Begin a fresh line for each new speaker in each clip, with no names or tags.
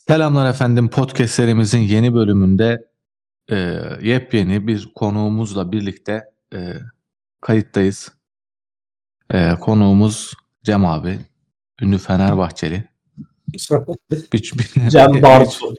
Selamlar efendim. Podcast serimizin yeni bölümünde e, yepyeni bir konuğumuzla birlikte kayıttayız. Konuğumuz Cem abi, ünlü Fenerbahçeli. Bir,
Cem
bir,
Bartu.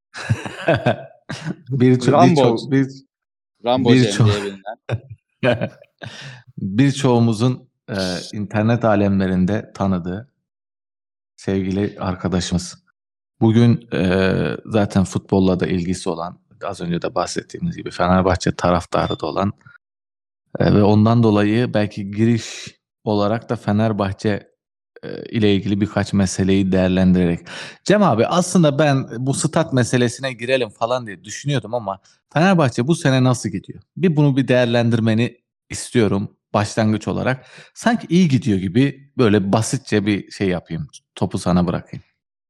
Rambo Cem diye bilinen.
Birçoğumuzun internet alemlerinde tanıdığı sevgili arkadaşımız. Bugün zaten futbolla da ilgisi olan, az önce de bahsettiğimiz gibi Fenerbahçe taraftarı da olan ve ondan dolayı belki giriş olarak da Fenerbahçe ile ilgili birkaç meseleyi değerlendirerek. Cem abi, aslında ben bu stat meselesine girelim falan diye düşünüyordum ama Fenerbahçe bu sene nasıl gidiyor? Bunu bir değerlendirmeni istiyorum başlangıç olarak. Sanki iyi gidiyor gibi, böyle basitçe bir şey yapayım. Topu sana bırakayım.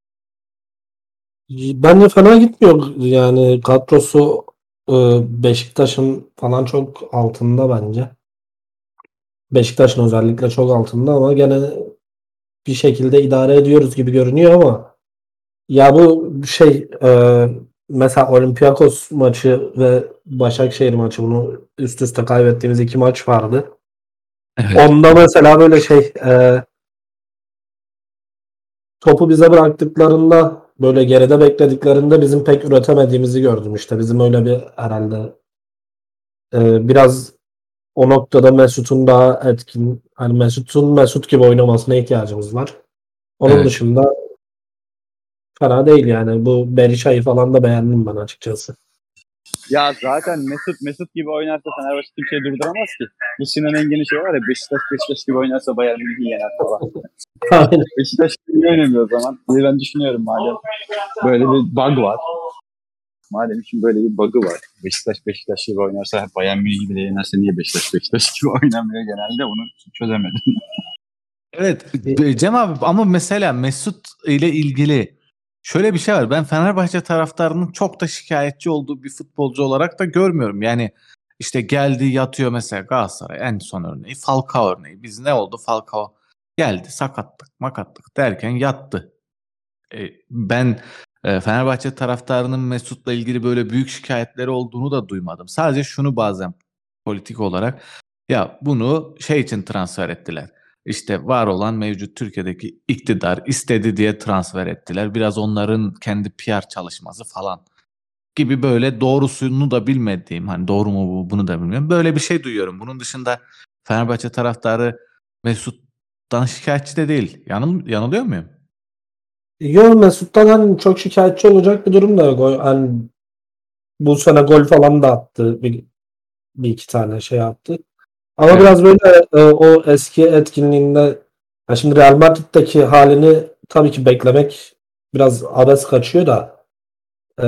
Bence fena gitmiyor. Yani kadrosu Beşiktaş'ın falan çok altında bence. Beşiktaş'ın özellikle çok altında ama gene bir şekilde idare ediyoruz gibi görünüyor ama ya bu mesela Olympiakos maçı ve Başakşehir maçı, bunu üst üste kaybettiğimiz iki maç vardı.
Evet.
Onda mesela böyle topu bize bıraktıklarında, böyle geride beklediklerinde bizim pek üretemediğimizi gördüm işte. Bizim öyle bir herhalde biraz o noktada Mesut'un daha etkin, hani Mesut gibi oynamasına ihtiyacımız var. Onun
Evet.
dışında fena değil yani. Bu Berisha'yı falan da beğendim ben açıkçası.
Ya zaten Mesut gibi oynarsa Fenerbahçe kimseyi durduramaz ki. Bu Sinan Engin'in şey var ya, Beşiktaş gibi oynarsa Bayern Münih'i yener falan.
Aynen.
Beşiktaş gibi oynamıyor o zaman. Ben düşünüyorum, madem böyle bir bug var. Madem şimdi böyle bir bug'ı var. Beşiktaş gibi oynarsa Bayern Münih gibi de yenerse niye Beşiktaş gibi oynamıyor genelde, onu çözemedim.
Evet Cem abi, ama mesela Mesut ile ilgili şöyle bir şey var. Ben Fenerbahçe taraftarının çok da şikayetçi olduğu bir futbolcu olarak da görmüyorum. Yani işte geldi yatıyor, mesela Galatasaray en son örneği, Falcao örneği. Biz ne oldu? Falcao geldi, sakatlık makatlık derken yattı. Ben Fenerbahçe taraftarının Mesut'la ilgili böyle büyük şikayetleri olduğunu da duymadım. Sadece şunu bazen politik olarak, ya bunu şey için transfer ettiler. İşte var olan mevcut Türkiye'deki iktidar istedi diye transfer ettiler. Biraz onların kendi PR çalışması falan gibi, böyle doğrusunu da bilmediğim, hani doğru mu bu bunu da bilmiyorum. Böyle bir şey duyuyorum. Bunun dışında Fenerbahçe taraftarı Mesut'tan şikayetçi de değil. Yanılıyor muyum?
Yok, Mesut'tan hani çok şikayetçi olacak bir durum da yok. Hani bu sene gol falan da attı. Bir iki tane şey yaptı. Ama
Evet.
biraz böyle o eski etkinliğinde, ya şimdi Real Madrid'deki halini tabii ki beklemek biraz abes kaçıyor da e,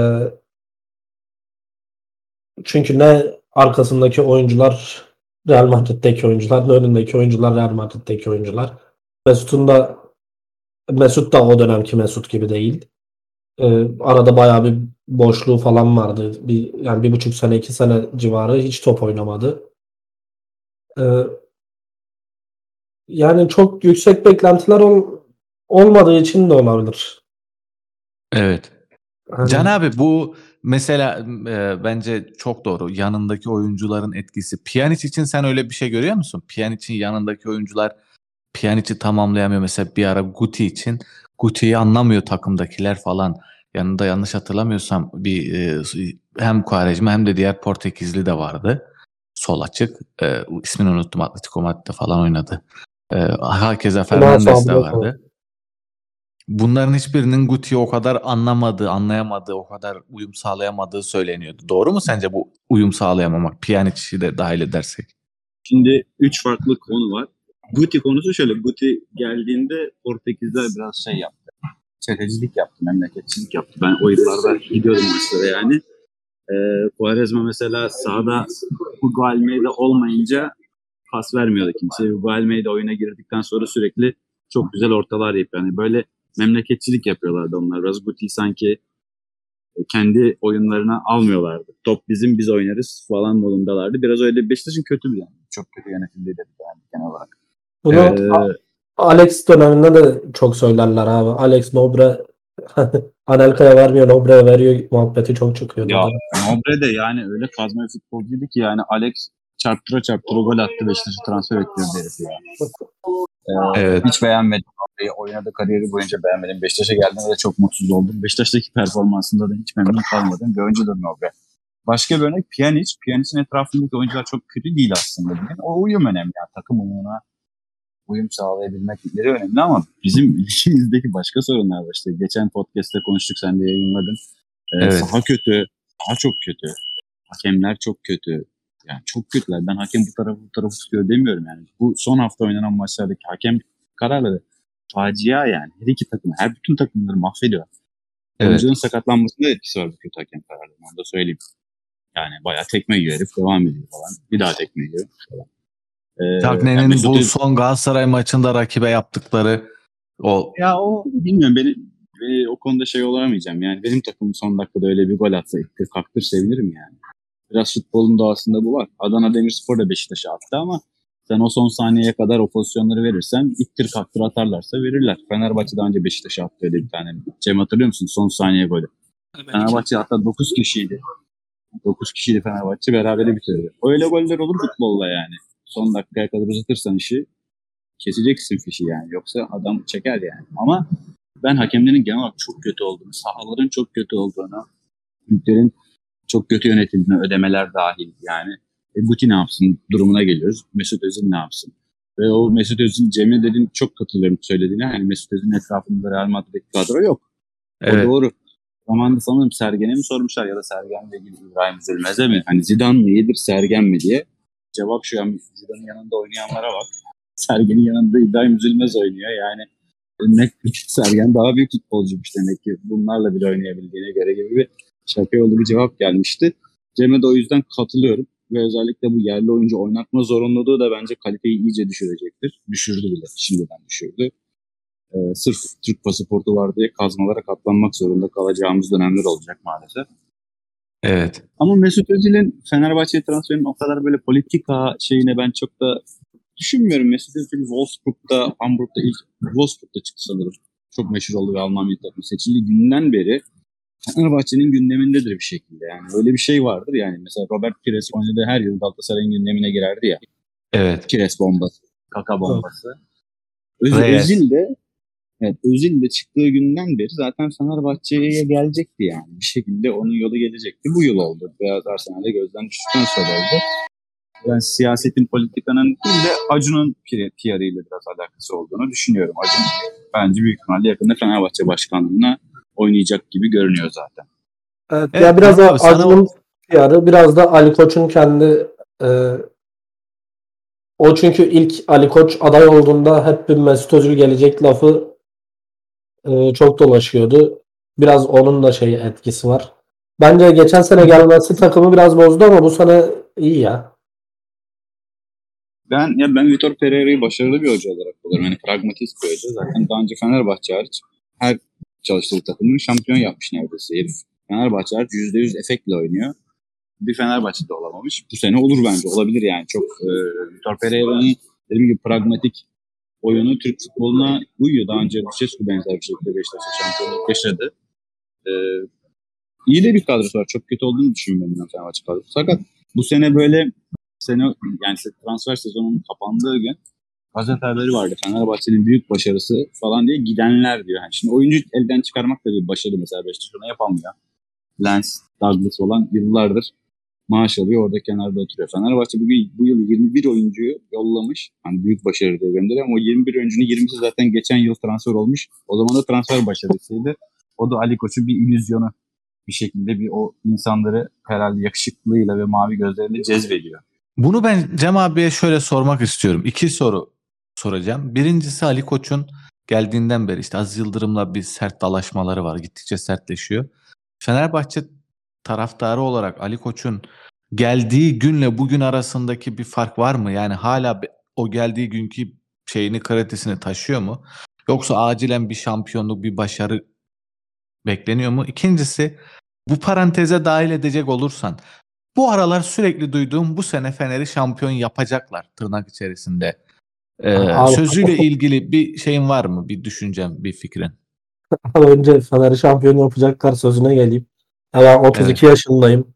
çünkü ne arkasındaki oyuncular Real Madrid'deki oyuncular, ne önündeki oyuncular Real Madrid'deki oyuncular. Mesut'un da Mesut da o dönemki Mesut gibi değil. Arada bayağı bir boşluğu falan vardı. Yani 1,5 sene 2 sene civarı hiç top oynamadı. E, Yani çok yüksek beklentiler olmadığı için de olabilir.
Evet.
Hani
Can abi, bu mesela bence çok doğru. Yanındaki oyuncuların etkisi. Pjanic için sen öyle bir şey görüyor musun? Pjanic'in yanındaki oyuncular Pjanic'i tamamlayamıyor. Mesela bir ara Guti için. Guti'yi anlamıyor takımdakiler falan. Yanında yanlış hatırlamıyorsam bir hem Quaresma hem de diğer Portekizli de vardı. Sol açık. İsmini unuttum. Atletico Madrid'de falan oynadı. Herkese Fernandes de vardı. Bunların hiçbirinin Guti'yi o kadar anlayamadığı, o kadar uyum sağlayamadığı söyleniyordu. Doğru mu sence bu uyum sağlayamamak? Pjanic'i de dahil edersek.
Şimdi 3 farklı konu var. Guti konusu şöyle. Guti geldiğinde Portekizler biraz şey yaptı. Çetecilik yaptı, memleketçilik yaptı. Ben o yıllarda gidiyordum maçlara yani. Quaresma mesela sahada Hugo Almeida olmayınca pas vermiyordu kimseye. Hugo Almeida oyuna girdikten sonra sürekli çok güzel ortalar yapıyor. Yani böyle memleketçilik yapıyorlardı onlar. Biraz Guti sanki kendi oyunlarına almıyorlardı. Top bizim, biz oynarız falan modundalardı. Biraz öyle. Beşiktaş'ın kötü bir yani. Çok kötü yönetildiği de yani genel olarak.
bunu
Evet.
Alex döneminde de çok söylerler abi. Alex Nobre Anelka'ya vermiyor, Nobre'ye veriyor muhabbeti çok çıkıyordu.
Ya
o dönem.
Nobre de yani öyle kazma bir futbolcuydu ki yani Alex çarptıra gol attı. Beşiktaş'a transfer bekliyordu herif ya.
Evet.
Hiç beğenmedim. Nobre'yi oynadığı kariyeri boyunca beğenmedim. Beşiktaş'a geldiğimde de çok mutsuz oldum. Beşiktaş'taki performansında da hiç memnun kalmadım. Bir oyuncudur Nobre. Başka bir örnek Pjanic. Pjanic'in etrafındaki oyuncular çok kötü değil aslında. Bugün. O uyum önemli. Yani takım uyumuna uyum sağlayabilmekleri önemli ama bizim ilişkimizdeki başka sorunlar var. İşte geçen podcast'te konuştuk, sen de yayınladın.
Evet.
Saha kötü, saha çok kötü. Hakemler çok kötü. Yani çok kötüler. Ben hakem bu tarafı tutuyor demiyorum yani. Bu son hafta oynanan maçlardaki hakem kararları facia yani. Her iki takım, bütün takımları mahvediyor.
Evet.
Oyuncuların sakatlanmasında etkisi var bu kötü hakem kararlarının. Onu da söyleyeyim. Yani bayağı tekme yiyor herif, devam ediyor falan. Bir daha tekme yiyor falan.
Cagney'in bu son Galatasaray maçında rakibe yaptıkları o
bilmiyorum, beni o konuda şey olamayacağım. Yani benim takımım son dakikada öyle bir gol atsa ittir kaktır sevinirim yani. Biraz futbolun doğasında bu var. Adana Demirspor da Beşiktaş'a attı ama sen o son saniyeye kadar o pozisyonları verirsen ittir kaktır atarlarsa verirler. Fenerbahçe daha önce Beşiktaş'a attı öyle bir tane. Cem, hatırlıyor musun son saniye golü? Fenerbahçe hatta 9 kişiydi. 9 kişiydi Fenerbahçe, berabere bitirdi. Öyle goller olur futbolla yani. Son dakikaya kadar uzatırsan işi keseceksin fişi yani. Yoksa adam çeker yani. Ama ben hakemlerin genel olarak çok kötü olduğunu, sahaların çok kötü olduğunu, ülkelerin çok kötü yönetildiğini, ödemeler dahil yani. Guti ne yapsın durumuna geliyoruz. Mesut Özil ne yapsın? Ve o Mesut Özil, Cem'e dediğim çok katılıyorum söylediğine. Yani Mesut Özil'in etrafında Real Madrid'deki kadro yok.
evet.
O doğru. Zamanında sanırım Sergen'e mi sormuşlar ya da Sergen'le ilgili İbrahim Üzülmez'e mi? Hani Zidane mı iyidir, Sergen mi diye. Cevap şu, yani Zidane'ın yanında oynayanlara bak. Sergen'in yanında İbrahim Üzülmez oynuyor. Yani Sergen daha büyük futbolcuymuş demek ki. Bunlarla bile oynayabildiğine göre gibi bir şaka yolu bir cevap gelmişti. Cem'e de o yüzden katılıyorum. Ve özellikle bu yerli oyuncu oynatma zorunluluğu da bence kaliteyi iyice düşürecektir. Düşürdü bile. Şimdiden düşürdü. Sırf Türk pasaportu var diye kazmalara katlanmak zorunda kalacağımız dönemler olacak maalesef.
Evet.
Ama Mesut Özil'in Fenerbahçe transferinin o kadar böyle politika şeyine ben çok da düşünmüyorum. Mesut Özil Wolfsburg'da, Hamburg'da ilk Wolfsburg'da çıktı sanırım. Çok meşhur oldu ve Alman milli takımı seçildiği günden beri Fenerbahçe'nin gündemindedir bir şekilde. Yani öyle bir şey vardır yani. Mesela Robert Pires oynadığı her yıl Galatasaray'ın gündemine girerdi ya.
Evet.
Pires bombası, Kaka bombası.
Reyes.
Özil de çıktığı günden beri zaten Fenerbahçe'ye gelecekti yani. Bir şekilde onun yolu gelecekti. Bu yıl oldu. Beyaz Arsenal'de gözden düştükten sonra oldu. Yani siyasetin, politikanın değil de Acun'un PR'ıyla biraz alakası olduğunu düşünüyorum. Acun bence büyük ihtimalle yakında Fenerbahçe başkanlığına oynayacak gibi görünüyor zaten.
Evet,
Evet,
ya biraz da
abi, sana
Acun'un PR'ı, biraz da Ali Koç'un kendi o çünkü ilk Ali Koç aday olduğunda hep bir Mesut Özil gelecek lafı çok dolaşıyordu. Biraz onun da etkisi var. Bence geçen sene gelmesi takımı biraz bozdu ama bu sene iyi ya.
Ben Vitor Pereira'yı başarılı bir hoca olarak buluyorum. Yani pragmatist bir hoca. Zaten daha önce Fenerbahçe hariç her çalıştığı takımını şampiyon yapmış neredeyse herif. Fenerbahçe hariç %100 efektle oynuyor. Bir Fenerbahçe'de olamamış. Bu sene olur bence. Olabilir yani. Çok Vitor Pereira'nın dediğim gibi pragmatik oyunu Türk futboluna uyuyor. Daha önce Lucescu benzer bir şekilde Beşiktaş'a şampiyonluk yaşadı. İyi de bir kadrosu var. Çok kötü olduğunu düşünmüyorum ben Fenerbahçe kadrosu. Fakat bu sene böyle yani transfer sezonunun kapandığı gün gazete haberi vardı. Fenerbahçe'nin büyük başarısı falan diye gidenler diyor. Yani şimdi oyuncu elden çıkarmak da bir başarı, mesela Beşiktaş onu yapamıyor. Lens, Douglas olan yıllardır maaş alıyor, orada kenarda oturuyor. Fenerbahçe bu yıl 21 oyuncuyu yollamış. Hani büyük başarı diye gönderiyor ama o 21 oyuncunun 20'si zaten geçen yıl transfer olmuş. O zaman da transfer başarısıydı. O da Ali Koç'un bir illüzyonu. Bir şekilde o insanları herhalde yakışıklılığıyla ve mavi gözleriyle cezbediyor.
Bunu ben Cem abiye şöyle sormak istiyorum. 2 soru soracağım. Birincisi, Ali Koç'un geldiğinden beri işte Aziz Yıldırım'la bir sert dalaşmaları var. Gittikçe sertleşiyor. Fenerbahçe taraftarı olarak Ali Koç'un geldiği günle bugün arasındaki bir fark var mı? Yani hala o geldiği günkü kredisini taşıyor mu? Yoksa acilen bir şampiyonluk, bir başarı bekleniyor mu? İkincisi, bu paranteze dahil edecek olursan, bu aralar sürekli duyduğum bu sene Fener'i şampiyon yapacaklar tırnak içerisinde. Sözüyle ilgili bir şeyin var mı? Bir düşüncen, bir fikrin?
Ama önce Fener'i şampiyon yapacaklar sözüne geleyim. Ben 32 yaşındayım.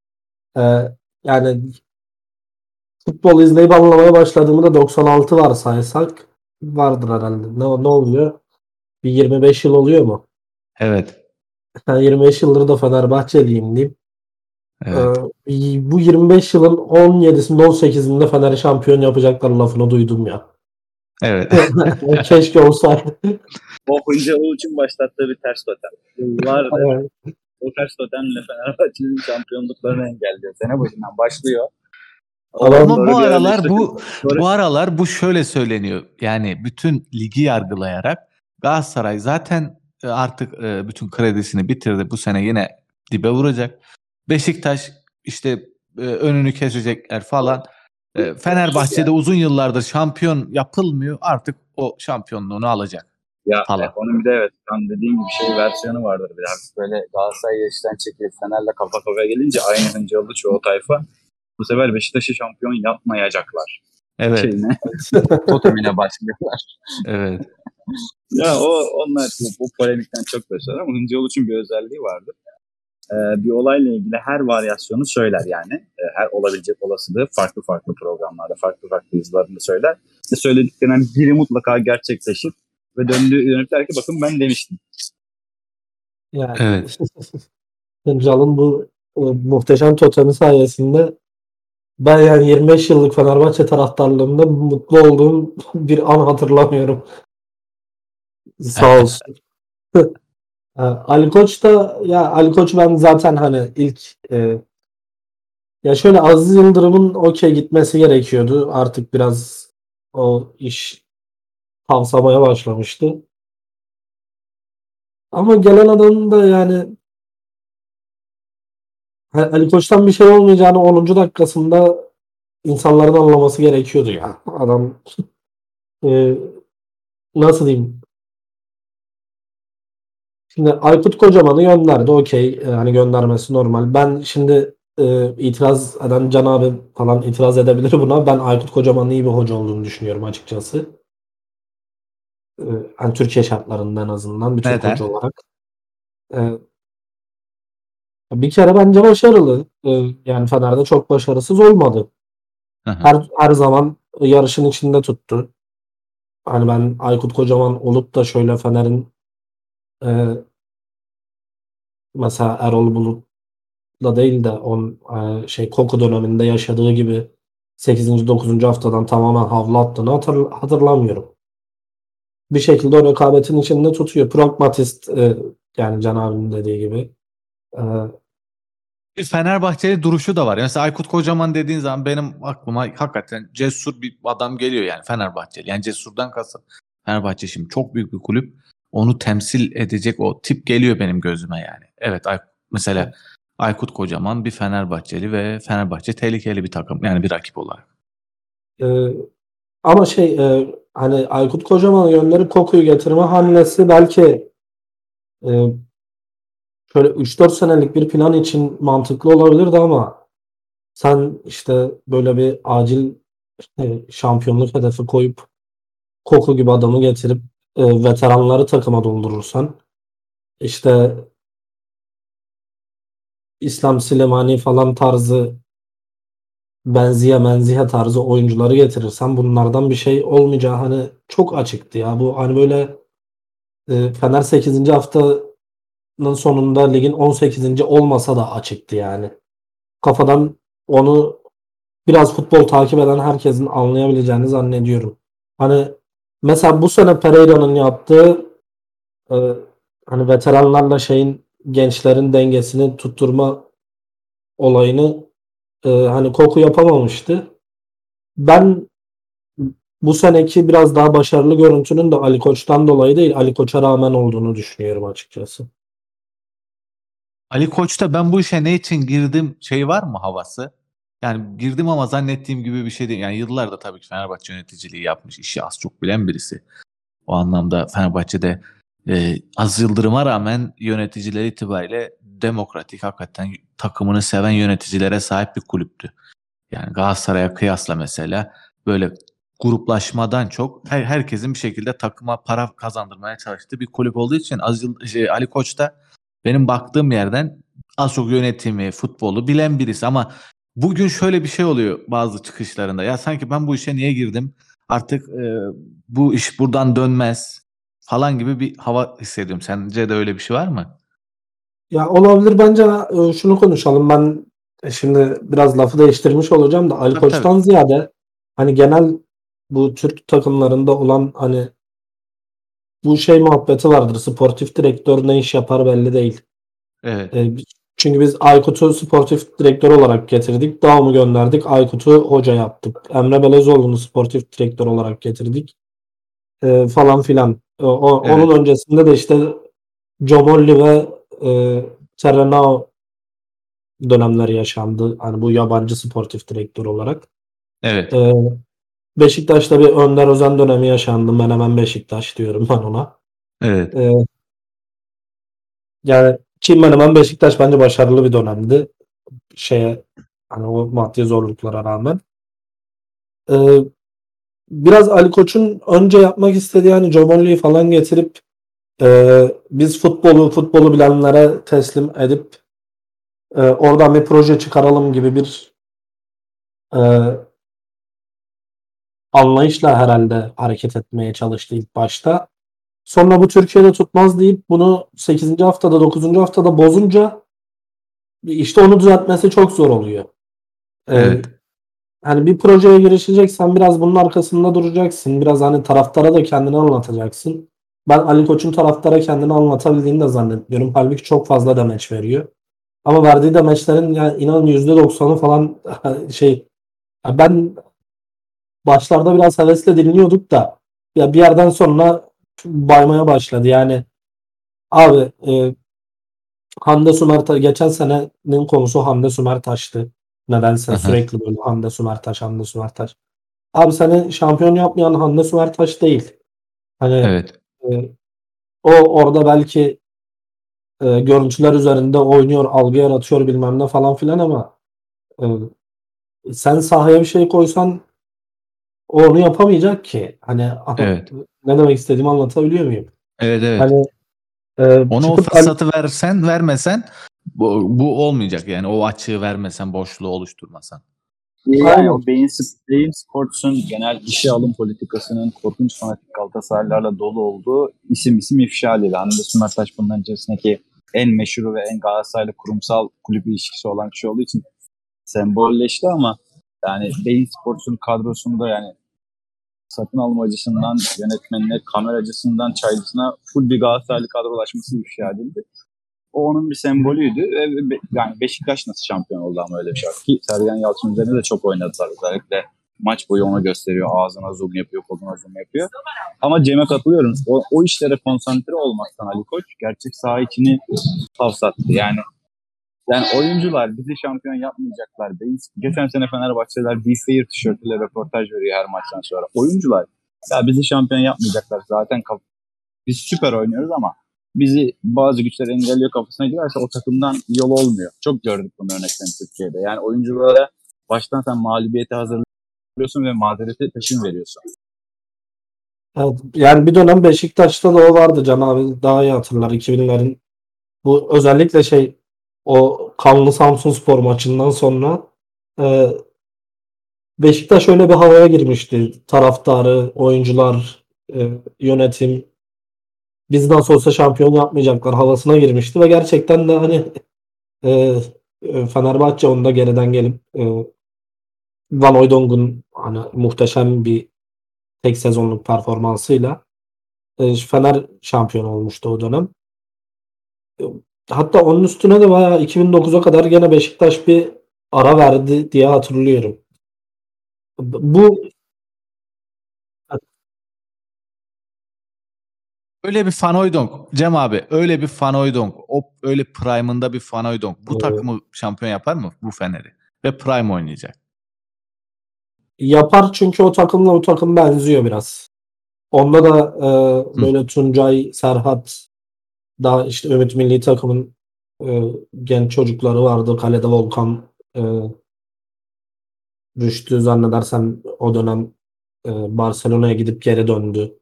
Yani futbol izleyip anlamaya başladığımda 96 varsaysak vardır herhalde. Ne oluyor? Bir 25 yıl oluyor mu?
Evet.
Ben 25 yıldır da Fenerbahçeliyim diyeyim.
Evet.
Bu 25 yılın 17'sinde 18'inde Fener'i şampiyon yapacaklar lafını duydum ya.
Evet.
Keşke olsaydı.
O Hınca Uluç'un başlattığı bir ters totem. Yıllardır
Evet.
o ters totemle Fenerbahçe'nin şampiyonluklarını engelliyor. Sene başından başlıyor.
Ama bu aralar bu şöyle söyleniyor. Yani bütün ligi yargılayarak Galatasaray zaten artık bütün kredisini bitirdi. Bu sene yine dibe vuracak. Beşiktaş işte önünü kesecekler falan. Fenerbahçe'de uzun yıllardır şampiyon yapılmıyor. Artık o şampiyonluğunu alacak.
Ya
falan.
ekonomide evet tam dediğin gibi şey versiyonu vardır biraz. Böyle Galatasaray yaştan çekilip Fener'le kafa kafaya gelince aynı Hınca Uluç çoğu tayfa. Bu sefer Beşiktaş'ı şampiyon yapmayacaklar.
Evet.
Şeyine, totemine başlıyorlar.
Evet.
Ya onlar bu polemikten çok başlar ama Hınca Uluç'un bir özelliği vardır. Bir olayla ilgili her varyasyonu söyler yani. Her olabilecek olasılığı farklı farklı programlarda, farklı farklı yazılarında söyler. Ve söylediklerinden biri mutlaka gerçekleşir. Ve dönüp der ki bakın ben demiştim.
Yani
Evet.
Hıncal'ın bu muhteşem totemi sayesinde ben yani 25 yıllık Fenerbahçe taraftarlığımda mutlu olduğum bir an hatırlamıyorum. Sağ olsun. Ali Koç da ya Ali Koç ben zaten hani ilk ya şöyle Aziz Yıldırım'ın okey gitmesi gerekiyordu. Artık biraz o iş tavsamaya başlamıştı. Ama gelen adamın da yani Ali Koç'tan bir şey olmayacağını 10. dakikasında insanların anlaması gerekiyordu ya. Adam nasıl diyeyim? Şimdi Aykut Kocaman'ı gönderdi. Okey. Hani göndermesi normal. Ben şimdi itiraz eden Can abi falan itiraz edebilir buna. Ben Aykut Kocaman'ın iyi bir hoca olduğunu düşünüyorum açıkçası. Hani Türkiye şartlarında en azından bir Türk hoca
Neden?
olarak. E, Bir kere bence başarılı. Yani Fener'de çok başarısız olmadı.
Hı hı.
Her zaman yarışın içinde tuttu. Hani ben Aykut Kocaman olup da şöyle Fener'in e, mesela Erol Bulut'la değil de Koku döneminde yaşadığı gibi 8. 9. haftadan tamamen havlu attığını hatırlamıyorum. Bir şekilde o rekabetin içinde tutuyor. Pragmatist yani Can abinin dediği gibi. E,
Bir Fenerbahçeli duruşu da var. Mesela Aykut Kocaman dediğin zaman benim aklıma hakikaten cesur bir adam geliyor yani Fenerbahçeli. Yani cesurdan kasıt Fenerbahçe şimdi çok büyük bir kulüp. Onu temsil edecek o tip geliyor benim gözüme yani. Evet mesela Aykut Kocaman bir Fenerbahçeli ve Fenerbahçe tehlikeli bir takım yani bir rakip olarak.
e, Ama hani Aykut Kocaman'ı gönderip Koku'yu getirme hamlesi belki e, şöyle 3-4 senelik bir plan için mantıklı olabilirdi ama sen işte böyle bir acil şampiyonluk hedefi koyup Koku gibi adamı getirip veteranları takıma doldurursan işte İslam Slimani falan tarzı menzihe tarzı oyuncuları getirirsen bunlardan bir şey olmayacağı hani çok açıktı ya. Bu hani böyle Fener 8. haftanın sonunda ligin 18. olmasa da açıktı yani. Kafadan onu biraz futbol takip eden herkesin anlayabileceğini zannediyorum. Hani mesela bu sene Pereira'nın yaptığı e, hani veteranlarla gençlerin dengesini tutturma olayını hani Koku yapamamıştı. Ben bu seneki biraz daha başarılı görüntünün de Ali Koç'tan dolayı değil, Ali Koç'a rağmen olduğunu düşünüyorum açıkçası.
Ali Koç'ta ben bu işe ne için girdim var mı havası? Yani girdim ama zannettiğim gibi bir şey değil. Yani yıllarda tabii ki Fenerbahçe yöneticiliği yapmış, işi az çok bilen birisi. O anlamda Fenerbahçe'de Az Yıldırım'a rağmen yöneticiler itibariyle demokratik, hakikaten takımını seven yöneticilere sahip bir kulüptü. Yani Galatasaray'a kıyasla mesela böyle gruplaşmadan çok herkesin bir şekilde takıma para kazandırmaya çalıştığı bir kulüp olduğu için Ali Koç da benim baktığım yerden az çok yönetimi, futbolu bilen birisi ama bugün şöyle bir şey oluyor bazı çıkışlarında. Ya sanki ben bu işe niye girdim? Artık bu iş buradan dönmez falan gibi bir hava hissediyorum. Sence de öyle bir şey var mı?
Ya olabilir bence. Şunu konuşalım. Ben şimdi biraz lafı değiştirmiş olacağım da Ali
Tabii,
Koç'tan ziyade hani genel bu Türk takımlarında olan hani bu şey muhabbeti vardır. Sportif direktör ne iş yapar belli değil.
Evet.
Çünkü biz Aykut'u sportif direktör olarak getirdik. Davamı gönderdik. Aykut'u hoca yaptık. Emre Belezoğlu'nu sportif direktör olarak getirdik. Falan filan. Onun
Evet.
öncesinde de işte Comolli ve Terranao dönemleri yaşandı. Hani bu yabancı sportif direktör olarak.
Evet.
Ee, Beşiktaş'ta bir Önder Özen dönemi yaşandı. Menemen Beşiktaş diyorum ben ona.
Evet.
Ee, Yani ki Menemen Beşiktaş bence başarılı bir dönemdi. Hani o maddi zorluklara rağmen. Ee, Biraz Ali Koç'un önce yapmak istediği hani Comolli'yi falan getirip biz futbolu bilenlere teslim edip oradan bir proje çıkaralım gibi bir e, anlayışla herhalde hareket etmeye çalıştı ilk başta. Sonra bu Türkiye'de tutmaz deyip bunu 8. haftada 9. haftada bozunca işte onu düzeltmesi çok zor oluyor. Ee,
Evet.
Hani bir projeye girişeceksen biraz bunun arkasında duracaksın. Biraz hani taraftara da kendini anlatacaksın. Ben Ali Koç'un taraftara kendini anlatabildiğini de zannetmiyorum. Halbuki çok fazla demeç veriyor. Ama verdiği demeçlerin yani inanın %90'ı falan ben başlarda biraz hevesle dinliyorduk da ya bir yerden sonra baymaya başladı. Yani abi Hande Sümertaş geçen senenin konusu Hande Sümertaş'tı. Nedense
Aha.
sürekli böyle Hande Sümertaş, Hande Sümertaş. Abi seni şampiyon yapmayan Hande Sümertaş değil. Hani
Evet.
e, o orada belki görüntüler üzerinde oynuyor, algı yaratıyor bilmem ne falan filan ama sen sahaya bir şey koysan o onu yapamayacak ki. Hani
Evet.
ne demek istediğimi anlatabiliyor muyum?
Evet. Evet.
Hani
Ona o
çıkıp
fırsatı vermesen bu olmayacak yani o açığı vermesen boşluğu oluşturmasan.
Yani
aynen.
o Bein Sports'un genel işe alım politikasının korkunç fanatik Galatasaraylarla dolu olduğu isim ifşa edildi. Hande Sümertaş bunların içerisindeki en meşhur ve en Galatasaraylı kurumsal kulüp ilişkisi olan kişi olduğu için sembolleşti ama yani Bein Sports'un kadrosunda yani satın alma açısından yönetmenine, kamera açısından çaycısına full bir Galatasaraylı kadrolaşması ifşa edildi. O onun bir sembolüydü ve yani Beşiktaş nasıl şampiyon oldu ama öyle bir şey var ki Sergen Yalçın üzerine de çok oynadılar özellikle maç boyu onu gösteriyor, ağzına zoom yapıyor, koluna zoom yapıyor. Ama Cem'e katılıyorum. O işlere konsantre olmaktan Ali Koç gerçek saha içini savsattı. Yani oyuncular bizi şampiyon yapmayacaklar. Geçen sene Fenerbahçeliler Be Fair tişörtüyle röportaj veriyor her maçtan sonra. Oyuncular ya bizi şampiyon yapmayacaklar. Zaten biz süper oynuyoruz ama bizi bazı güçler engelliyor kafasına girerse o takımdan yol olmuyor. Çok gördük bunu örneklerini Türkiye'de. Yani oyunculara baştan sen mağlubiyete hazırlıyorsun ve mazereti peşin veriyorsun.
Evet, yani bir dönem Beşiktaş'ta da o vardı Can abi daha iyi hatırlar 2000'lerin. Bu özellikle o kanlı Samsunspor maçından sonra e, Beşiktaş öyle bir havaya girmişti. Taraftarı, oyuncular, yönetim biz nasıl olsa şampiyon yapmayacaklar havasına girmişti ve gerçekten de hani e, Fenerbahçe onda geriden gelip Van Hooijdonk'un hani muhteşem bir tek sezonluk performansıyla Fener şampiyon olmuştu o dönem. E, Hatta onun üstüne de bayağı 2009'a kadar gene Beşiktaş bir ara verdi diye hatırlıyorum. Bu
Öyle bir Fanoydonk Cem abi öyle bir Fanoydonk o öyle prime'ında bir Fanoydonk bu
e,
takımı şampiyon yapar mı bu Fener'i? Ve prime oynayacak.
yapar çünkü o takımla bu takım benziyor biraz. Onda da
Hı.
böyle Tuncay, Serhat daha işte Ümit Milli Takım'ın e, genç çocukları vardı. Kalede Volkan, Rüştü zannedersem o dönem Barcelona'ya gidip geri döndü.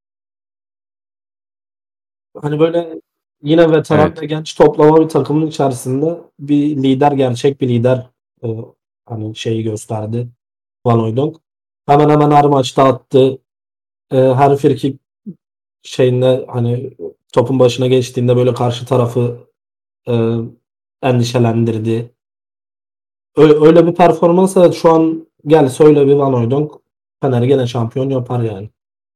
Hani böyle yine veteran
Evet.
ve genç toplama bir takımın içerisinde bir lider, gerçek bir lider hani şeyi gösterdi Van Hooijdonk. Hemen hemen her maçta attı. Her frikik şeyinde hani topun başına geçtiğinde böyle karşı tarafı e, endişelendirdi. Öyle bir performans, evet, şu an gelse öyle bir Van Hooijdonk Fener'i gene şampiyon yapar yani.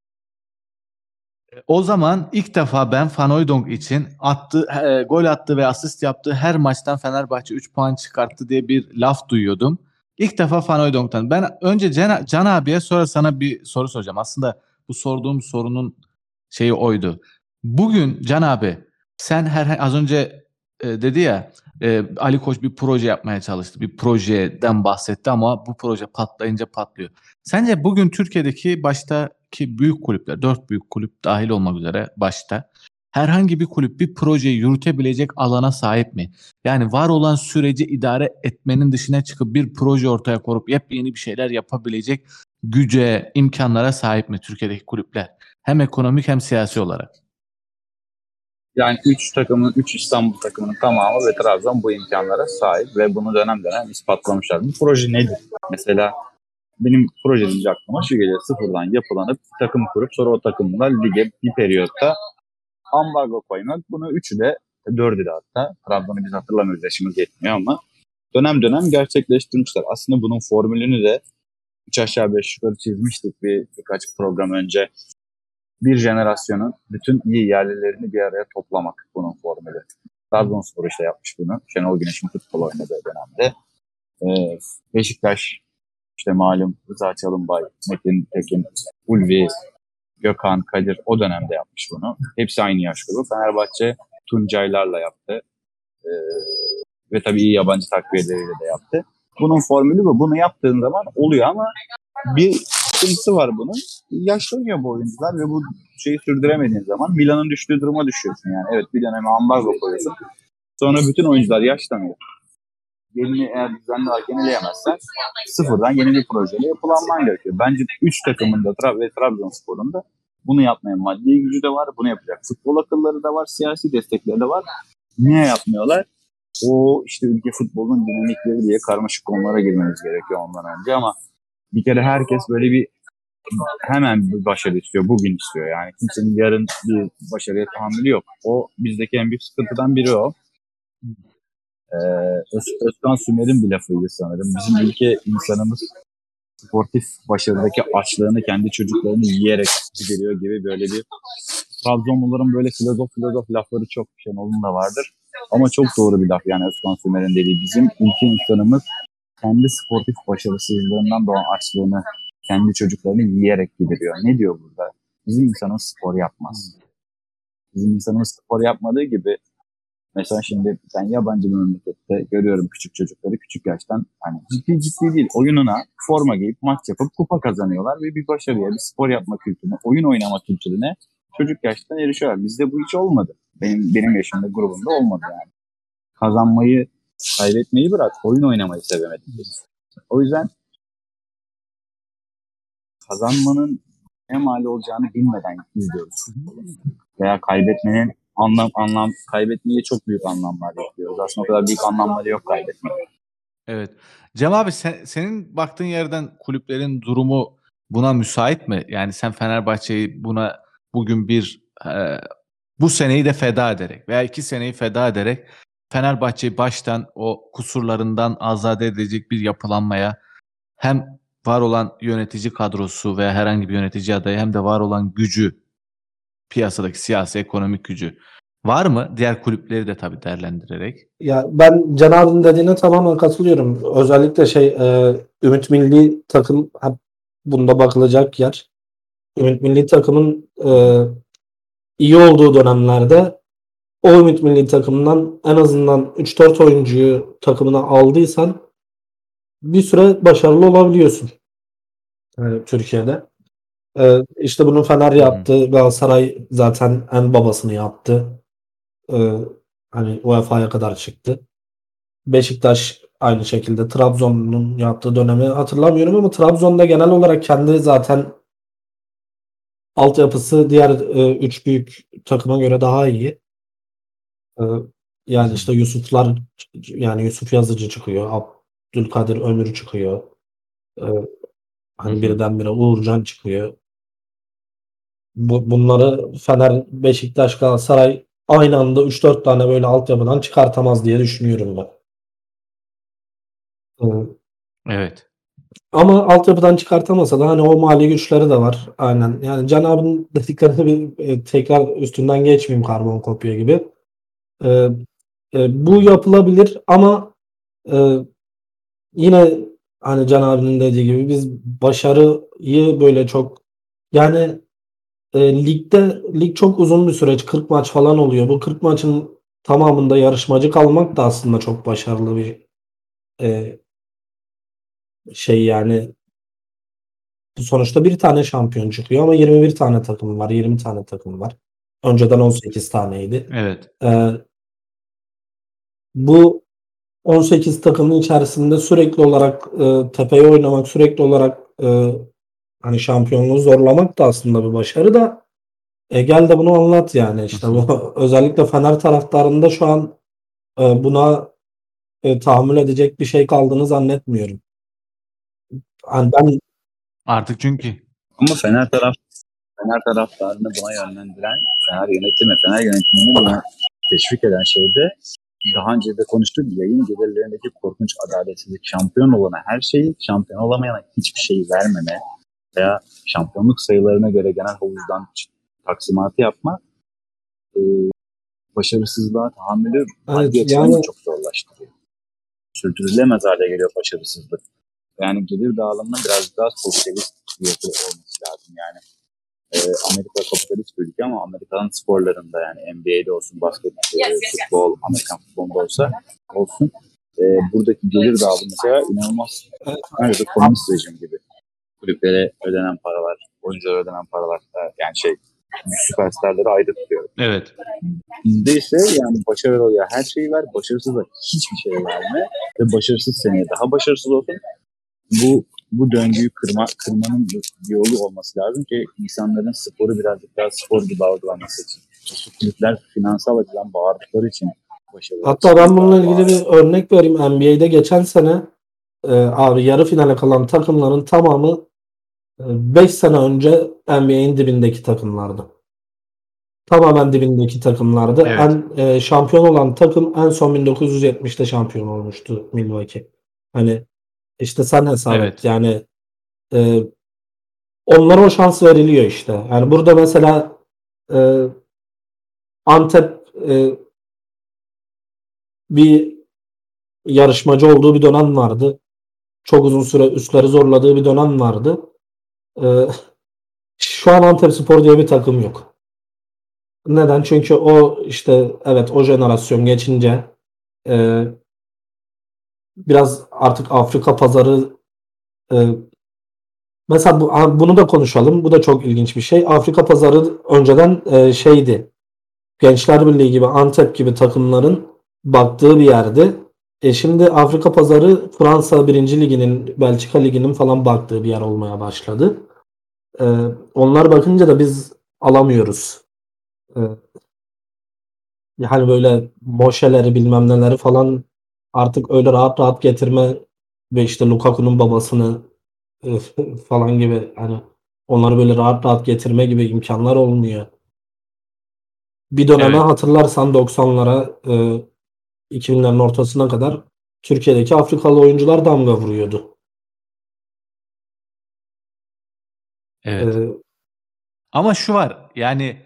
O zaman ilk defa ben Van Hooijdonk için gol attı ve asist yaptığı her maçtan Fenerbahçe 3 puan çıkarttı diye bir laf duyuyordum. İlk defa Van Hooijdonk'tan. Ben önce Can abiye, sonra sana bir soru soracağım. Aslında bu sorduğum sorunun şeyi oydu. Bugün Can abi, sen az önce dedi ya, Ali Koç bir proje yapmaya çalıştı. Bir projeden bahsetti ama bu proje patlayınca patlıyor. Sence bugün Türkiye'deki baştaki büyük kulüpler, 4 büyük kulüp dahil olmak üzere başta, herhangi bir kulüp bir projeyi yürütebilecek alana sahip mi? Yani var olan süreci idare etmenin dışına çıkıp bir proje ortaya koyup yepyeni bir şeyler yapabilecek güce, imkanlara sahip mi Türkiye'deki kulüpler? Hem ekonomik hem siyasi olarak.
Yani 3 İstanbul takımının tamamı ve Trabzon bu imkanlara sahip ve bunu dönem dönem ispatlamışlar. Bu proje nedir? Mesela benim proje deyince aklıma şu geliyor: sıfırdan yapılanıp takım kurup sonra o takımla lige bir periyotta ambargo koymak. Bunu üçü de, dördü de hatta, Trabzon'u biz hatırlamıyoruz, yaşımız yetmiyor ama dönem dönem gerçekleştirmişler. Aslında bunun formülünü de 3 aşağı 5 yukarı çizmiştik birkaç program önce. Bir jenerasyonun bütün iyi yerlilerini bir araya toplamak bunun formülü. Trabzonspor işte yapmış bunu. Şenol Güneş'in futbol oynadığı dönemde. Beşiktaş işte malum Rıza Çalınbay, Metin Tekin, Ulvi, Gökhan, Kadir o dönemde yapmış bunu. Hepsi aynı yaş grubu. Fenerbahçe Tuncaylarla yaptı. Ve tabii iyi yabancı takviyeleriyle de yaptı. Bunun formülü bu. Bunu yaptığın zaman oluyor ama bir sıkıntısı var bunun. Yaşlanıyor bu oyuncular ve bu şeyi sürdüremediğin zaman Milan'ın düştüğü duruma düşüyorsun yani. Evet, bir döneme ambargo koyuyorsun. Sonra bütün oyuncular yaşlanıyor. Yeni, eğer düzenli olarak yenileyemezsen sıfırdan yeni bir projeyle yapılanman gerekiyor. Bence 3 takımın da ve Trabzonspor'un da bunu yapmaya maddi gücü de var. Bunu yapacak futbol akılları da var. Siyasi destekleri de var. Niye yapmıyorlar? O işte ülke futbolunun dinamikleri diye karmaşık konulara girmemiz gerekiyor ondan önce ama bir kere herkes böyle bir hemen bir başarı istiyor, bugün istiyor. Yani kimsenin yarın bir başarıya tahammülü yok. O bizdeki en büyük sıkıntıdan biri o. Özkan Sümer'in bir lafıydı sanırım. Bizim ülke insanımız sportif başarıdaki açlığını kendi çocuklarını yiyerek gideriyor gibi böyle bir, Trabzonluların böyle filozof lafları çok, Şenol'un da vardır. Ama çok doğru bir laf yani Özkan Sümer'in dediği. Bizim ülke insanımız kendi sportif başarısızlığından doğan açlığını kendi çocuklarını yiyerek gideriyor. Ne diyor burada? Bizim insanımız spor yapmaz. Bizim insanımız spor yapmadığı gibi, mesela şimdi ben yabancı bir memlekette görüyorum küçük çocukları küçük yaştan hani ciddi değil oyununa forma giyip maç yapıp kupa kazanıyorlar ve bir başarıya, bir spor yapma kültürüne, oyun oynama kültürüne çocuk yaştan erişiyorlar. Bizde bu hiç olmadı. Benim yaşımda grubumda olmadı yani. Kazanmayı, kaybetmeyi bırak, oyun oynamayı sevemedik biz. O yüzden kazanmanın ne mal olacağını bilmeden izliyoruz. Veya kaybetmenin kaybetmeye çok büyük anlamlar yüklüyoruz. Aslında o kadar büyük anlamları yok kaybetmenin.
Evet. Cem abi, senin baktığın yerden kulüplerin durumu buna müsait mi? Yani sen Fenerbahçe'yi buna bugün bu seneyi de feda ederek veya 2 seneyi feda ederek Fenerbahçe'yi baştan o kusurlarından azade edecek bir yapılanmaya, hem var olan yönetici kadrosu veya herhangi bir yönetici adayı hem de var olan gücü, piyasadaki siyasi ekonomik gücü var mı? Diğer kulüpleri de tabii değerlendirerek.
Ya ben Can abinin dediğine tamamen katılıyorum. Özellikle Ümit Milli Takım bunda bakılacak yer. Ümit Milli Takım'ın iyi olduğu dönemlerde o Ümit Milli Takım'dan en azından 3-4 oyuncuyu takımına aldıysan bir süre başarılı olabiliyorsun. Yani Türkiye'de. İşte bunu Fener yaptı. Galatasaray zaten en babasını yaptı. Hani UEFA'ya kadar çıktı. Beşiktaş aynı şekilde Trabzon'un yaptığı dönemi hatırlamıyorum ama Trabzon'da genel olarak kendi zaten altyapısı diğer 3 büyük takıma göre daha iyi. E, Yani işte Yusuflar, yani Yusuf Yazıcı çıkıyor. Abdülkadir Ömür çıkıyor. E, Hani birdenbire Uğurcan çıkıyor. Bunları Fener, Beşiktaş, Galatasaray aynı anda 3-4 tane böyle altyapıdan çıkartamaz diye düşünüyorum ben.
Evet.
Ama altyapıdan çıkartamasa da hani o mali güçleri de var. Aynen. Yani Can abinin dediklerini bir tekrar üstünden geçmeyeyim karbon kopya gibi. E, Bu yapılabilir ama yine hani Can abinin dediği gibi biz başarıyı böyle çok, yani lig çok uzun bir süreç. 40 maç falan oluyor. Bu 40 maçın tamamında yarışmacı kalmak da aslında çok başarılı bir e, şey yani. Sonuçta bir tane şampiyon çıkıyor ama 21 tane takım var. 20 tane takım var. Önceden 18 taneydi.
Evet.
Bu 18 takımın içerisinde sürekli olarak tepeye oynamak, sürekli olarak hani şampiyonluğu zorlamak da aslında bir başarı da gel de bunu anlat yani. İşte bu özellikle Fener taraftarında şu an buna tahammül edecek bir şey kaldığını zannetmiyorum. Yani ben
Artık çünkü
Ama Fener taraftarını buna yönlendiren Fener yönetimini buna teşvik eden şey de daha önce de konuştuk, yayın gelirlerindeki korkunç adaletsizlik. Şampiyon olana her şeyi, şampiyon olamayana hiçbir şey vermeme veya şampiyonluk sayılarına göre genel havuzdan taksimatı yapma başarısızlığa tahammülü
evet,
maddi açıdan da
yani
çok zorlaştırıyor. Sürdürülemez hale geliyor başarısızlık. Yani gelir dağılımının biraz daha sosyalist bir yapı olması lazım. Yani Amerika kapitalist bir ülke ama Amerika'nın sporlarında yani NBA'de olsun, futbol, Amerikan futbolunda olsun buradaki gelir dağılımı mesela inanılmaz. Neredeyse komünist rejim gibi. Kulüplere ödenen paralar, oyunculara ödenen paralar yani süperstarları ayrı tutuyor.
evet.
Bizde ise yani başarılıya her şeyi ver, başarısıza hiçbir şey verme ve başarısız seneye daha başarısız olsun. Bu döngüyü kırmanın bir yolu olması lazım ki insanların sporu birazcık daha spor gibi algılanması için. Kulüpler finansal açıdan bağırdıkları için başarılı.
Hatta ben bununla ilgili bir örnek vereyim. NBA'de geçen sene abi yarı finale kalan takımların tamamı 5 sene önce NBA'in dibindeki takımlardı. Tamamen dibindeki takımlardı.
Evet.
Şampiyon olan takım en son 1970'te şampiyon olmuştu Milwaukee. Hani işte sen hesap et.
Evet.
Yani onlara o şans veriliyor işte. Yani burada mesela Antep bir yarışmacı olduğu bir dönem vardı. Çok uzun süre üstleri zorladığı bir dönem vardı. Şu an Antepspor diye bir takım yok. Neden? Çünkü o işte evet o jenerasyon geçince e, biraz artık Afrika pazarı mesela bunu da konuşalım. Bu da çok ilginç bir şey. Afrika pazarı önceden şeydi. Gençler Birliği gibi Antep gibi takımların baktığı bir yerdi. Şimdi Afrika pazarı Fransa 1. Ligi'nin, Belçika Ligi'nin falan baktığı bir yer olmaya başladı. Onlar bakınca da biz alamıyoruz. Yani böyle Moşe'leri bilmem neleri falan artık öyle rahat rahat getirme ve işte Lukaku'nun babasını falan gibi hani onları böyle rahat rahat getirme gibi imkanlar olmuyor. Bir döneme
Evet.
hatırlarsan 90'lara 2000'lerin ortasına kadar Türkiye'deki Afrikalı oyuncular damga vuruyordu.
Evet.
E,
Ama şu var. Yani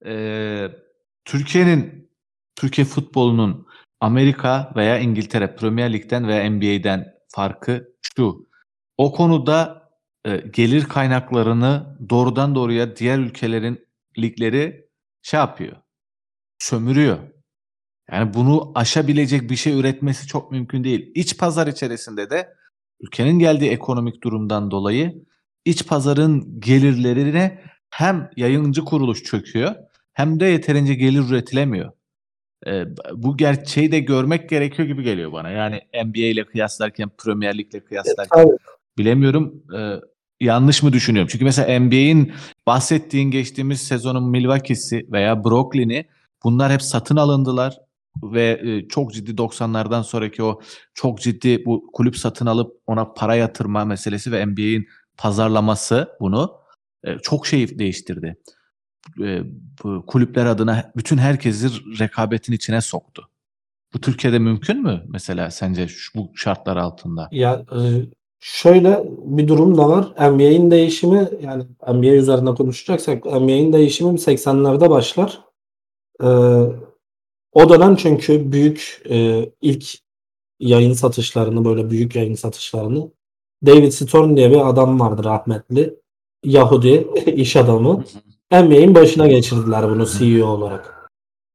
Türkiye futbolunun Amerika veya İngiltere Premier Lig'den veya NBA'den farkı şu. O konuda gelir kaynaklarını doğrudan doğruya diğer ülkelerin ligleri şey yapıyor. Sömürüyor. Yani bunu aşabilecek bir şey üretmesi çok mümkün değil. İç pazar içerisinde de ülkenin geldiği ekonomik durumdan dolayı iç pazarın gelirlerine hem yayıncı kuruluş çöküyor hem de yeterince gelir üretilemiyor. Bu gerçeği de görmek gerekiyor gibi geliyor bana. Yani NBA ile kıyaslarken, Premier Lig'le kıyaslarken
Tabii.
bilemiyorum. Yanlış mı düşünüyorum? Çünkü mesela NBA'in bahsettiğin geçtiğimiz sezonun Milwaukee'si veya Brooklyn'i, bunlar hep satın alındılar ve çok ciddi 90'lardan sonraki o çok ciddi bu kulüp satın alıp ona para yatırma meselesi ve NBA'in pazarlaması bunu çok şey değiştirdi. Bu kulüpler adına bütün herkesi rekabetin içine soktu. Bu Türkiye'de mümkün mü mesela sence bu şartlar altında?
Ya şöyle bir durum da var. NBA'in değişimi, yani NBA üzerine konuşacaksak NBA'in değişimi 80'lerde başlar. E, O dönem çünkü büyük ilk yayın satışlarını, böyle büyük yayın satışlarını David Stern diye bir adam vardı, rahmetli. Yahudi iş adamı. NBA'in başına geçirdiler bunu CEO olarak.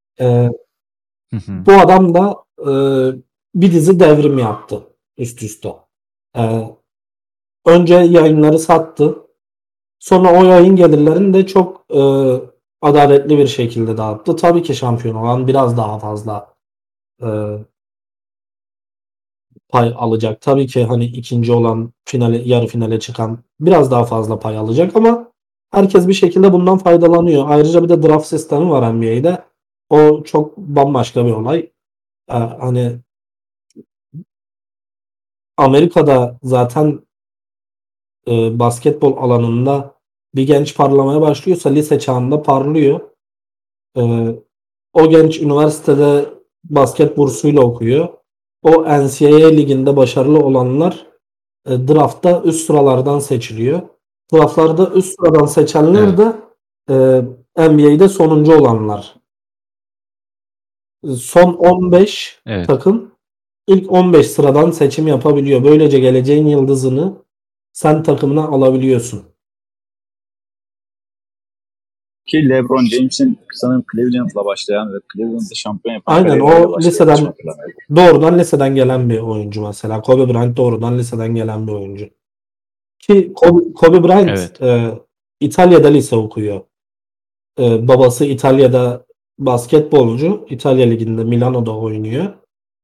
Bu adam da bir dizi devrim yaptı üst üste. Önce yayınları sattı. Sonra o yayın gelirlerini de çok adaletli bir şekilde dağıttı. Tabii ki şampiyon olan biraz daha fazla e, pay alacak. Tabii ki hani ikinci olan, yarı finale çıkan biraz daha fazla pay alacak ama herkes bir şekilde bundan faydalanıyor. Ayrıca bir de draft sistemi var NBA'de. O çok bambaşka bir olay. Hani Amerika'da zaten basketbol alanında bir genç parlamaya başlıyorsa lise çağında parlıyor. E, O genç üniversitede basket bursuyla okuyor. O NCAA liginde başarılı olanlar draftta üst sıralardan seçiliyor. Draftlarda üst sıradan seçenler de NBA'de sonuncu olanlar. Son 15 takım ilk 15 sıradan seçim yapabiliyor. Böylece geleceğin yıldızını sen takımına alabiliyorsun.
Ki LeBron James'in sanırım Cleveland'la başlayan ve Cleveland'da şampiyon yapan
Aynen,
kariyeriyle
o
başlayan
doğrudan liseden gelen bir oyuncu mesela. Kobe Bryant doğrudan liseden gelen bir oyuncu. Ki Kobe Bryant İtalya'da lise okuyor. Babası İtalya'da basketbolcu. İtalya Ligi'nde Milano'da oynuyor.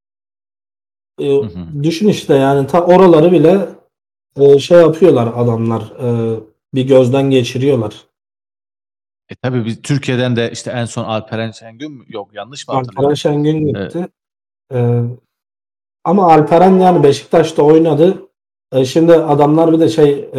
Düşün işte, yani ta oraları bile şey yapıyorlar adamlar. Bir gözden geçiriyorlar.
Tabii biz Türkiye'den de işte en son Alperen Şengün mü? Yok, yanlış mı hatırlıyorum?
Alperen Şengün gitti. Ama Alperen yani Beşiktaş'ta oynadı. Şimdi adamlar bir de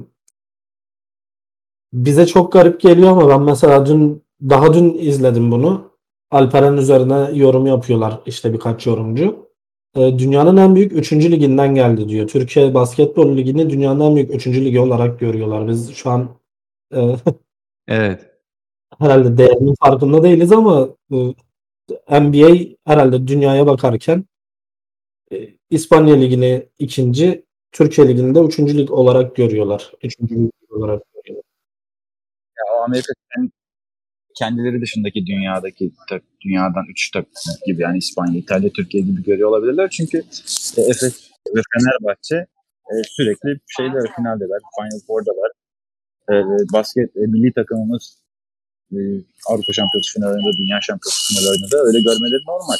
bize çok garip geliyor ama ben mesela daha dün izledim bunu. Alperen üzerine yorum yapıyorlar işte birkaç yorumcu. Dünyanın en büyük 3. liginden geldi diyor. Türkiye Basketbol Ligi'ni dünyanın en büyük 3. ligi olarak görüyorlar. Biz şu an
Evet.
herhalde değerinin farkında değiliz ama NBA herhalde dünyaya bakarken İspanya Ligi'ni 2. Türkiye Ligi'ni de 3. lig olarak görüyorlar. 3. lig olarak görüyorlar.
Ya o Amerika kendileri dışındaki dünyadan 3 takım gibi, yani İspanya, İtalya, Türkiye gibi görüyor olabilirler. Çünkü Efes ve Fenerbahçe sürekli finaldeler, Final Four'dalar. Milli takımımız Avrupa Şampiyonası finalinde, Dünya Şampiyonası finalinde öyle görmeleri normal.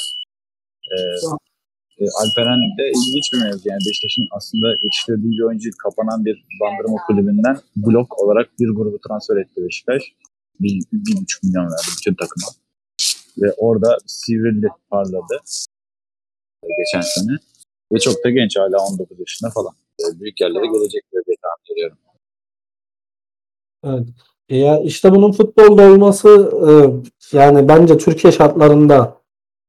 Alperen de ilginç bir mevzu. Yani Beşiktaş'ın aslında yetiştirdiği bir oyuncu kapanan bir bandırma kulübünden blok olarak bir grubu transfer etti Beşiktaş. 1,5 milyon verdi bütün takıma. Ve orada sivrildi, parladı geçen sene. Ve çok da genç, hala 19 yaşında falan. Büyük yerlere gelecektir diye tahmin ediyorum.
Evet. Ya işte bunun futbolda olması yani bence Türkiye şartlarında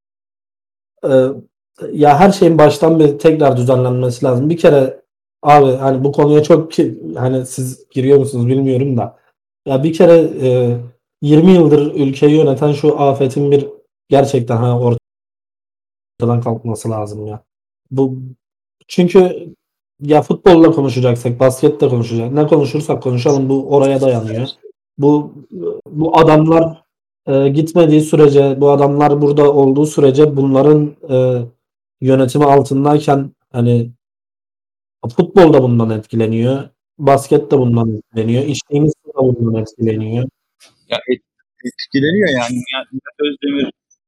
ya her şeyin baştan bir tekrar düzenlenmesi lazım. Bir kere abi hani bu konuya çok hani siz giriyor musunuz bilmiyorum da ya bir kere 20 yıldır ülkeyi yöneten şu afetin bir gerçekten ortadan kalkması lazım ya. Çünkü ya futbolla konuşacaksak, basketle konuşacak. Ne konuşursak konuşalım bu oraya dayanıyor. Bu adamlar gitmediği sürece, bu adamlar burada olduğu sürece bunların yönetimi altındayken hani futbol da bundan etkileniyor. Basket de bundan etkileniyor. İçtiğimiz su da bundan etkileniyor.
Ya etkileniyor yani. Nihat Özdemir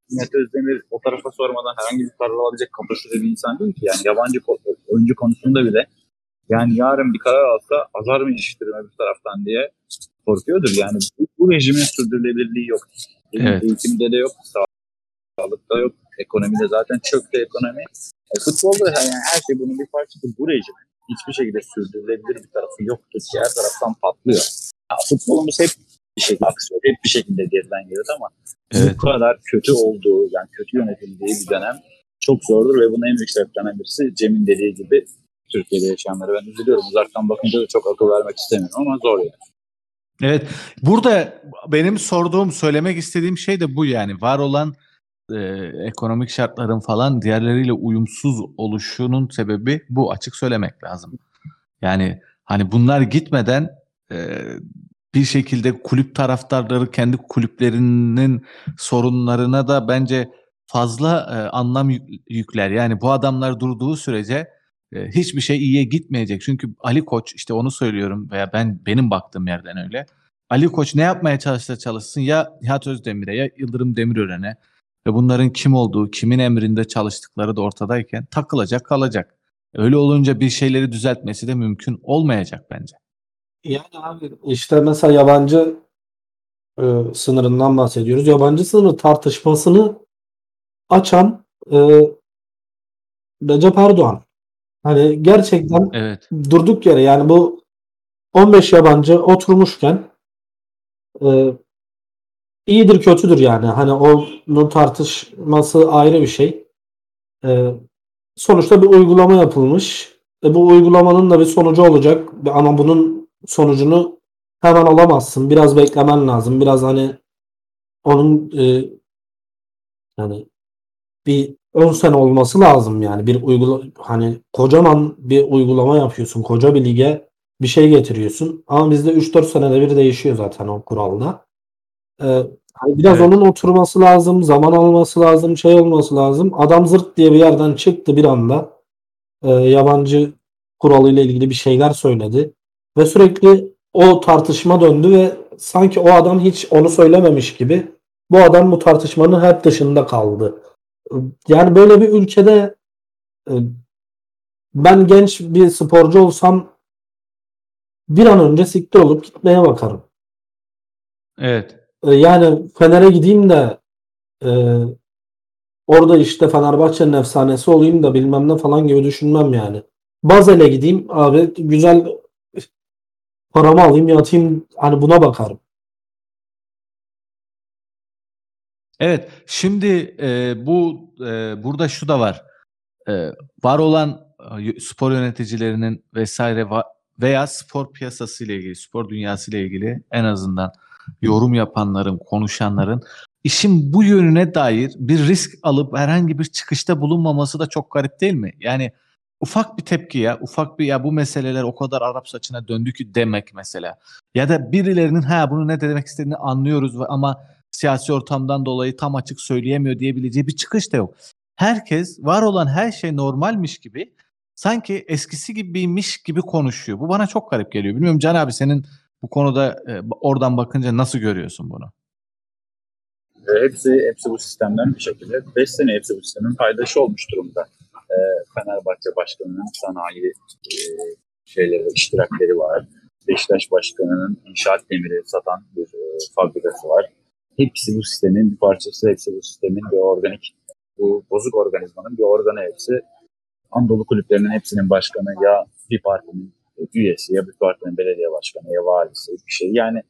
Nihat Özdemir o tarafa sormadan herhangi bir karar alabilecek kapasitede bir insan değil ki. Yani yabancı oyuncu konusunda bile yani yarın bir karar alsa azar mı yetiştirme bir taraftan diye korkuyordur. Yani bu rejimin sürdürülebilirliği yok.
Evet.
Eğitimde de yok, sağlıkta yok, ekonomide zaten çöktü ekonomi. Futbolda yani her şey bunun bir parçası. Bu rejimin hiçbir şekilde sürdürülebilir bir tarafı yoktur ki her taraftan patlıyor. Ya, futbolumuz hep bir şekilde aksıyor, hep bir şekilde geriden geliyor ama
Evet.
bu kadar kötü olduğu, yani kötü yönetildiği bir dönem çok zordur ve bunun en büyük sebeplerinden birisi Cem'in dediği gibi Türkiye'de yaşayanları ben üzülüyorum. Uzaktan bakınca da çok akıl vermek istemiyorum ama zor yani.
Evet. Burada benim söylemek istediğim şey de bu yani. Var olan ekonomik şartların falan diğerleriyle uyumsuz oluşunun sebebi bu, açık söylemek lazım. Yani hani bunlar gitmeden bir şekilde kulüp taraftarları kendi kulüplerinin sorunlarına da bence fazla anlam yükler. Yani bu adamlar durduğu sürece hiçbir şey iyiye gitmeyecek. Çünkü Ali Koç, işte onu söylüyorum veya benim baktığım yerden öyle. Ali Koç ne yapmaya çalışsa çalışsın ya Nihat Özdemir'e ya Yıldırım Demirören'e ve bunların kim olduğu, kimin emrinde çalıştıkları da ortadayken takılacak kalacak. Öyle olunca bir şeyleri düzeltmesi de mümkün olmayacak bence.
Yani abi işte mesela yabancı sınırından bahsediyoruz. Yabancı sınırı tartışmasını açan Recep Erdoğan. Hani gerçekten
Evet.
durduk yere yani bu 15 yabancı oturmuşken iyidir kötüdür yani. Hani onun tartışması ayrı bir şey. Sonuçta bir uygulama yapılmış. Bu uygulamanın da bir sonucu olacak. Ama bunun sonucunu hemen alamazsın. Biraz beklemen lazım. Biraz hani onun yani bir ön sene olması lazım yani. Hani kocaman bir uygulama yapıyorsun. Koca bir lige bir şey getiriyorsun. Ama bizde 3-4 senede bir değişiyor zaten o kuralda. Hani biraz
Evet.
onun oturması lazım, zaman alması lazım, şey olması lazım. Adam zırt diye bir yerden çıktı bir anda. Yabancı kuralıyla ilgili bir şeyler söyledi. Ve sürekli o tartışma döndü ve sanki o adam hiç onu söylememiş gibi bu adam bu tartışmanın hep dışında kaldı. Yani böyle bir ülkede e, ben genç bir sporcu olsam bir an önce siktir olup gitmeye bakarım.
Evet.
Yani Fener'e gideyim de e, orada işte Fenerbahçe'nin efsanesi olayım da bilmem ne falan gibi düşünmem yani. Bazel'e gideyim abi güzel paramı alayım yatayım hani buna bakarım.
Evet. Şimdi burada şu da var. Var olan spor yöneticilerinin vesaire veya spor piyasası ile ilgili, spor dünyası ile ilgili en azından yorum yapanların, konuşanların işin bu yönüne dair bir risk alıp herhangi bir çıkışta bulunmaması da çok garip değil mi? Yani ufak bir tepki ya bu meseleler o kadar Arap saçına döndü ki demek mesela. Ya da birilerinin bunu ne demek istediğini anlıyoruz ama siyasi ortamdan dolayı tam açık söyleyemiyor diyebileceği bir çıkış da yok. Herkes var olan her şey normalmiş gibi sanki eskisi gibiymiş gibi konuşuyor. Bu bana çok garip geliyor. Bilmiyorum Can abi, senin bu konuda oradan bakınca nasıl görüyorsun bunu?
Hepsi bu sistemden bir şekilde 5 sene hepsi bu sistemin paydaşı olmuş durumda. Fenerbahçe Başkanı'nın sanayi iştirakleri var. Beşiktaş Başkanı'nın inşaat demiri satan bir fabrikası var. Hepsi bu sistemin bir parçası, hepsi bu sistemin bir organik, bu bozuk organizmanın bir organı hepsi. Anadolu kulüplerinin hepsinin başkanı ya bir partinin üyesi ya bir partinin belediye başkanı ya valisi bir şey. Yani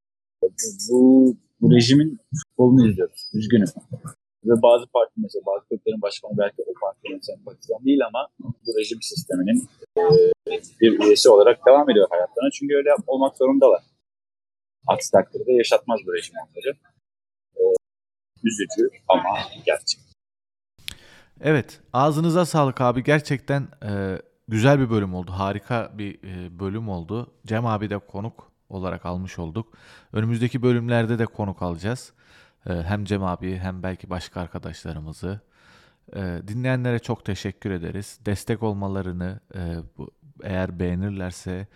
bu rejimin futbolunu izliyoruz. Üzgünüm. Ve bazı kulüplerin başkanı belki o partinin sempatizan değil ama bu rejim sisteminin bir üyesi olarak devam ediyor hayatlarına. Çünkü öyle olmak zorundalar. Aksi takdirde yaşatmaz bu rejim onları. Üzücü ama gerçek.
Evet, ağzınıza sağlık abi. Gerçekten güzel bir bölüm oldu. Harika bir bölüm oldu. Cem abi de konuk olarak almış olduk. Önümüzdeki bölümlerde de konuk alacağız. Hem Cem abi hem belki başka arkadaşlarımızı. Dinleyenlere çok teşekkür ederiz. Destek olmalarını, eğer beğenirlerse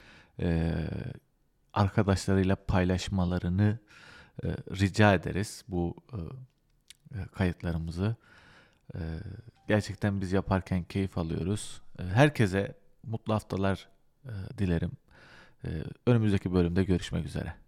arkadaşlarıyla paylaşmalarını rica ederiz. Bu kayıtlarımızı. Gerçekten biz yaparken keyif alıyoruz. Herkese mutlu haftalar dilerim. Önümüzdeki bölümde görüşmek üzere.